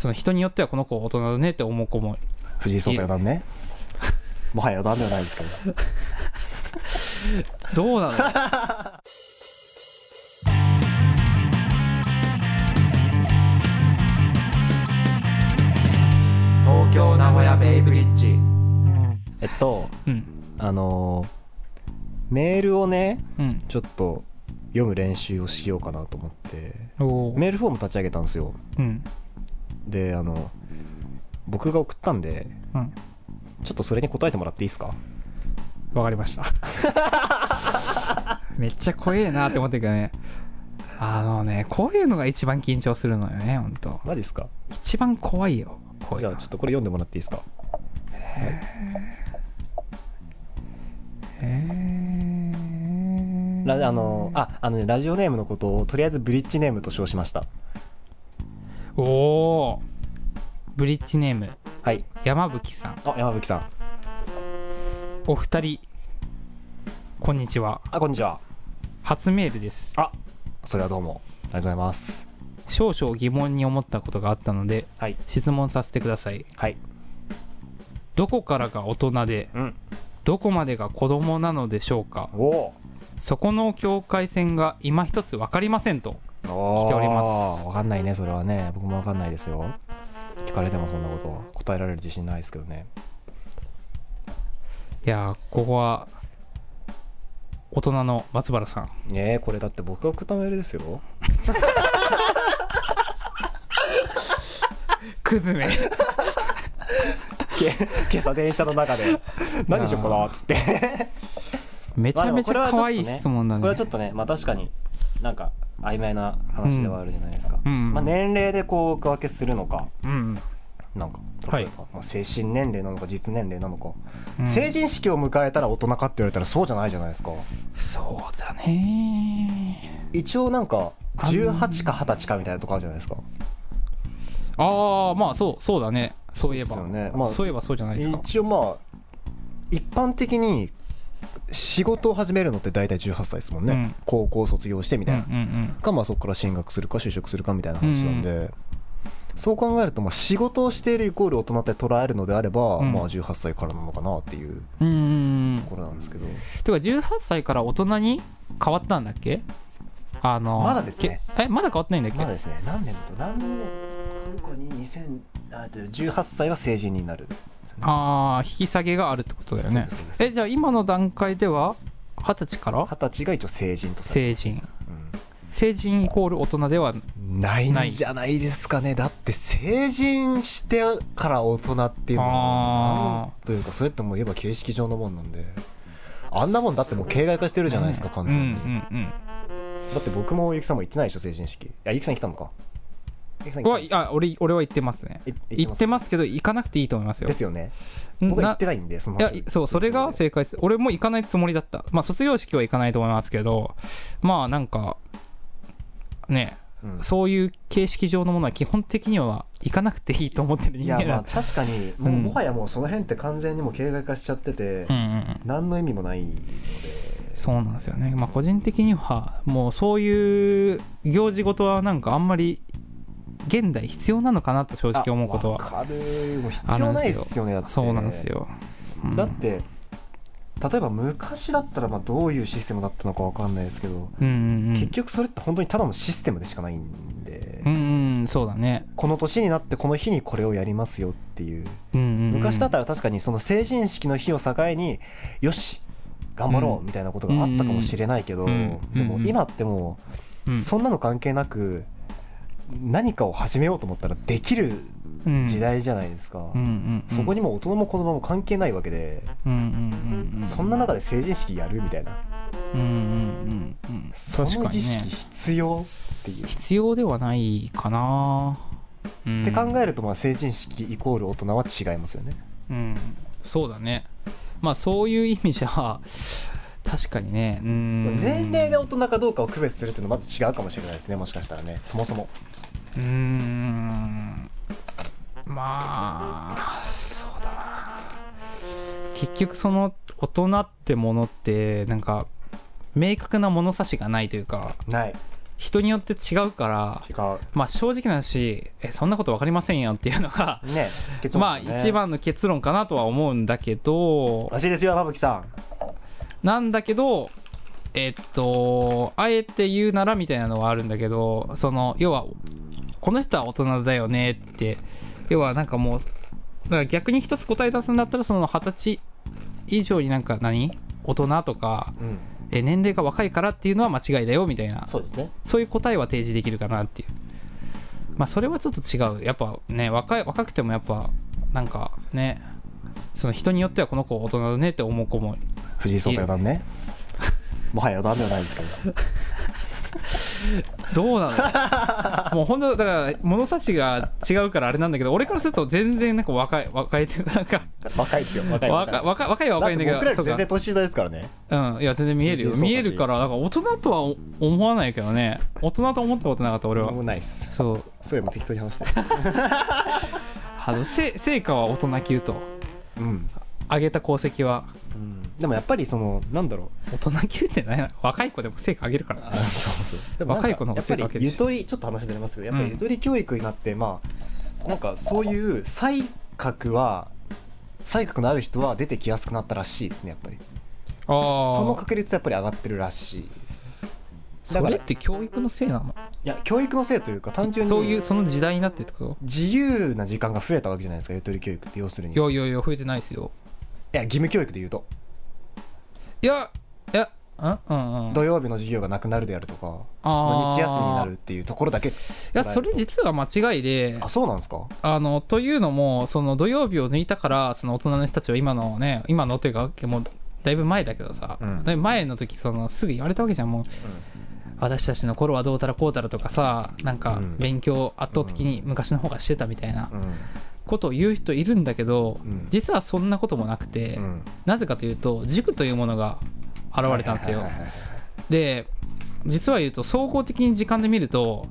その人によってはこの子大人だねって思う子も藤井聡太四段ねもはや四段ではないですけどどうなの東京名古屋ベイブリッジ。 うん、 メールをね、 うん、 ちょっと読む練習をしようかなと思っておメールフォーム立ち上げたんですよ。 うん、 で僕が送ったんで、 うん、 ちょっとそれに答えてもらっていいですか？ わかりましためっちゃ怖えなって思ってるけどね、こういうのが一番緊張するのよね、ほんと。 マジっすか？ 一番怖いよ、こういうの。 じゃあちょっとこれ読んでもらっていいですか？ラジオネームのことをとりあえずブリッジネームと称しました。 おお、ブリッジネーム、 はい、 山吹さん。 山吹さん、 お二人こんにちは。 こんにちは。 初メールです。 それはどうもありがとうございます。 少々疑問に思ったことがあったので、 はい、 質問させてください。 はい。 どこからが大人で、どこまでが子供なのでしょうか？そこの境界線が今一つ分かりませんと来ております。 分かんないね、それはね。僕も分かんないですよ。聞かれてもそんなことは答えられる自信ないですけどね。 いや、ここは大人の松原さん。 これだって僕が送ったメールですよクズめ今朝電車の中で何しようかなっつってめちゃめちゃ可愛い質問だね。 これはちょっとね、確かになんか曖昧な話ではあるじゃないですか。年齢でこう区分けするのか、なんか例えば、精神年齢なのか実年齢なのか、成人式を迎えたら大人かって言われたらそうじゃないじゃないですか。 そうだね。 一応なんか18か20歳かみたいなとこあるじゃないですか。 そうだね。そういえば、そういえばそうじゃないですか。 一応一般的に仕事を始めるのって大体18歳ですもんね、高校卒業してみたいな、かそこから進学するか就職するかみたいな話なんで、そう考えると仕事をしているイコール大人って捉えるのであれば、18歳からなのかなっていうところなんですけど。 てか18歳から大人に変わったんだっけ？ まだですね。 まだ変わってないんだっけ？ まだですね。何年かに18歳が成人になる。 引き下げがあるってことだよね。じゃあ今の段階では20歳から？ 20歳が一応成人とされる。成人イコール大人ではないんじゃないですかね。だって成人してから大人っていうのはというか、それってもう言えば形式上のもんなんで、あんなもんだってもう形骸化してるじゃないですか、完全に。だって僕もゆきさんも行ってないでしょ、成人式。ゆきさん来たのか。 俺は行ってますね。行ってますけど行かなくていいと思いますよ。 ですよね。僕は行ってないんで、それが正解です。俺も行かないつもりだった。卒業式は行かないと思いますけど、なんかね、そういう形式上のものは基本的には行かなくていいと思ってる人間なんで。 確かにもはやもうその辺って完全にもう形骸化しちゃってて、何の意味もないので。 そうなんですよね。個人的にはもうそういう行事事はなんかあんまり現代必要なのかなと正直思うことはある。もう必要ないですよね。だってそうなんですよ、 だって例えば昔だったらどういうシステムだったのか分かんないですけど、結局それって本当にただのシステムでしかないんで、 そうだね。 この年になってこの日にこれをやりますよっていう、昔だったら確かにその成人式の日を境によし頑張ろうみたいなことがあったかもしれないけど、でも今ってもうそんなの関係なく何かを始めようと思ったらできる時代じゃないですか。そこにも大人も子供も関係ないわけで、そんな中で成人式やるみたいな、その儀式必要っていう、 必要ではないかなって考えると、成人式イコール大人は違いますよね。 そうだね。そういう意味じゃ確かにね、 年齢で大人かどうかを区別するっていうのはまず違うかもしれないですね、もしかしたらね。そもそもそうだな。結局その大人ってものってなんか明確な物差しがないというか、 ない。 人によって違うから違うまあ正直な話そんなこと分かりませんよっていうのがねまあ一番の結論かなとは思うんだけどらしいですよ馬吹さん。 なんだけどあえて言うならみたいなのはあるんだけどその要はこの人は大人だよねって要はなんかもうだから逆に一つ答え出すんだったらその20歳以上になんか大人とか、年齢が若いからっていうのは間違いだよみたいなそうですね。 そういう答えは提示できるかなっていうまあそれはちょっと違うやっぱね若くてもやっぱなんかねその人によってはこの子大人だねって思う子も藤井聡太四段ねもはや四段ではないですけどどうなのもう本当だから物差しが違うからあれなんだけど俺からすると全然なんか若いっていうかなんか若いですよ若いは若いんだけど僕らより全然年下ですからね。 いや全然見えるよ見えるからなんか大人とは思わないけどね大人と思ったことなかった俺はもうないっす。 そうそういえば適当に話して成果は大人級と上げた功績はでもやっぱりそのなんだろう大人級って何や若い子でも成果上げるからそうでも若い子の方が成果上げるしやっぱりゆとりちょっと話ずれますけどやっぱりゆとり教育になってまあなんかそういう才覚のある人は出てきやすくなったらしいですねやっぱり。 ああその確率やっぱり上がってるらしいですね。 それって教育のせいなのいや教育のせいというか単純にそういうその時代になってってこと自由な時間が増えたわけじゃないですかゆとり教育って要するに。 いや増えてないですよ。 いや義務教育で言うといや土曜日の授業がなくなるであるとか土日休みになるっていうところだけ。いやそれ実は間違いでそうなんですか。 というのもその土曜日を抜いたからその大人の人たちは今のっていうかもうだいぶ前だけどさ、だいぶ前の時そのすぐ言われたわけじゃんもう、私たちの頃はどうたらこうたらとかさなんか勉強圧倒的に昔の方がしてたみたいなことを言う人いるんだけど、実はそんなこともなくて、なぜかというと塾というものが現れたんですよ。で実は言うと総合的に時間で見ると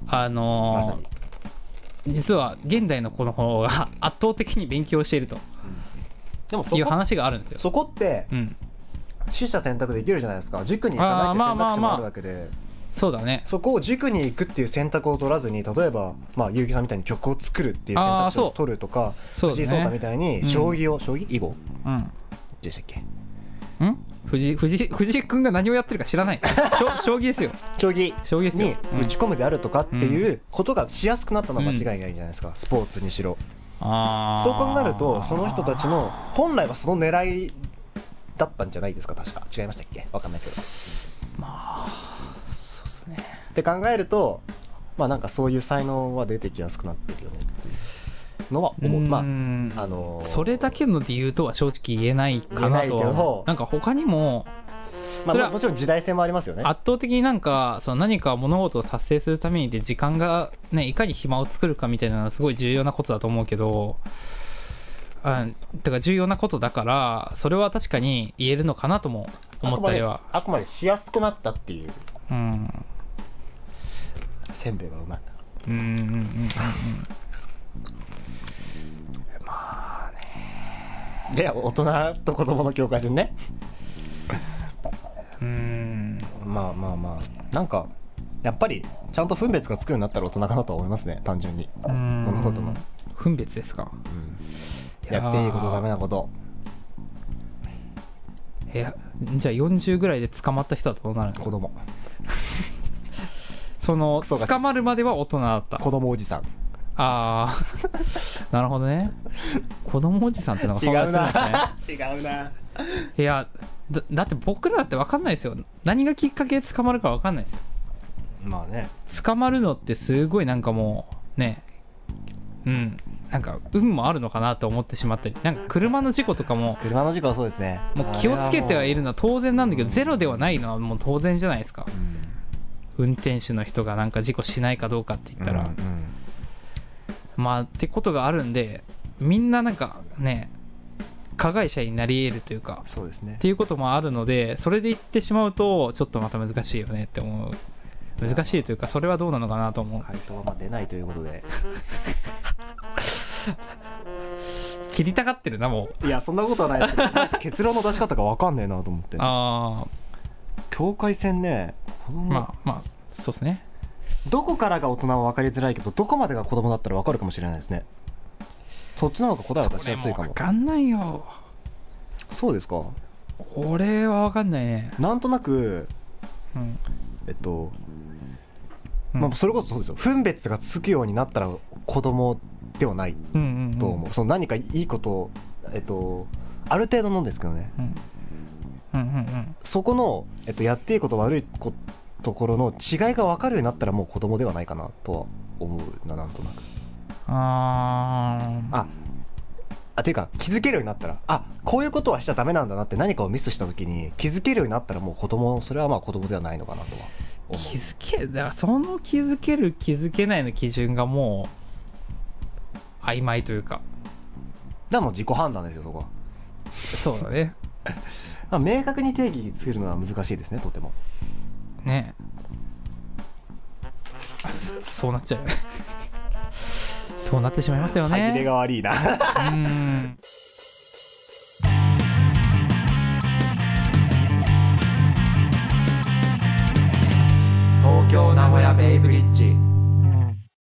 実は現代の子の方が圧倒的に勉強しているという話があるんですよ。 そこって、取捨選択できるじゃないですか。塾に行かないって選択肢もあるわけで、 そうだね。 そこを塾に行くっていう選択を取らずに例えば結城さんみたいに曲を作るっていう選択肢を取るとか、藤井聡太みたいに将棋囲碁でしたっけ。 藤井君が何をやってるか知らない将棋ですよ。 将棋に打ち込むであるとかっていうことがしやすくなったのは間違いないじゃないですか、スポーツにしろ。そう考えるとその人たちの本来はその狙いだったんじゃないですか。確か違いましたっけわかんないですけど。 そうですね。 って考えるとなんかそういう才能は出てきやすくなってるよねっていうのは思う。 それだけの理由とは正直言えないかなとは。なんか他にもそれはもちろん時代性もありますよね。 圧倒的になんかその何か物事を達成するためにで時間がねいかに暇を作るかみたいなのはすごい重要なことだと思うけど、だから重要なことだからそれは確かに言えるのかなとも思ったりは。 あくまでしやすくなったっていう。せんべいがうまい。まあね。で大人と子供の境界線ね。なんかやっぱりちゃんと分別がつくようになったら大人かなとは思いますね単純に。物事の分別ですか。 やっていいことダメなこと。 じゃあ40ぐらいで捕まった人はどうなるの。 子供その捕まるまでは大人だった子供おじさん。 なるほどね。子供おじさんってのが存在するんですね。 違うな。 いやだって僕らだって分かんないですよ。何がきっかけで捕まるか分かんないですよ。 まあね捕まるのってすごいなんかもうねなんか運もあるのかなと思ってしまったり、なんか車の事故とかも車の事故はそうですね。 もう気をつけてはいるのは当然なんだけどゼロではないのはもう当然じゃないですか。運転手の人がなんか事故しないかどうかって言ったら、ってことがあるんでみんななんかね加害者になり得るというかそうですねっていうこともあるのでそれで言ってしまうとちょっとまた難しいよねって思う。難しいというかそれはどうなのかなと思う。 回答は出ないということで切りたがってるなもう。いやそんなことはないですけど結論の出し方が分かんねえなと思って。境界線ね。 そうですね。 どこからが大人は分かりづらいけどどこまでが子供だったら分かるかもしれないですね。そっちの方が答えは出しやすいかも。 分かんないよ。 そうですか。 俺は分かんないね。 なんとなく、まあ、それこそそうですよ。分別がつくようになったら子供ではないと思う。その何かいいことを、ある程度のんですけどね、そこの、やっていいこと悪いところの違いが分かるようになったらもう子供ではないかなとは思うな、なんとなく。ていうか気づけるようになったら、こういうことはしちゃダメなんだなって何かをミスした時に気づけるようになったらもうそれはまあ子供ではないのかなとは思う。 だからその気づける気づけないの基準がもう曖昧というか、 でも自己判断ですよ、そこは。 そうだね。 まあ明確に定義作るのは難しいですね、とてもね。そうなっちゃうよね。そうなってしまいますよね。 歯切れが悪いな。 東京名古屋ベイブリッジ。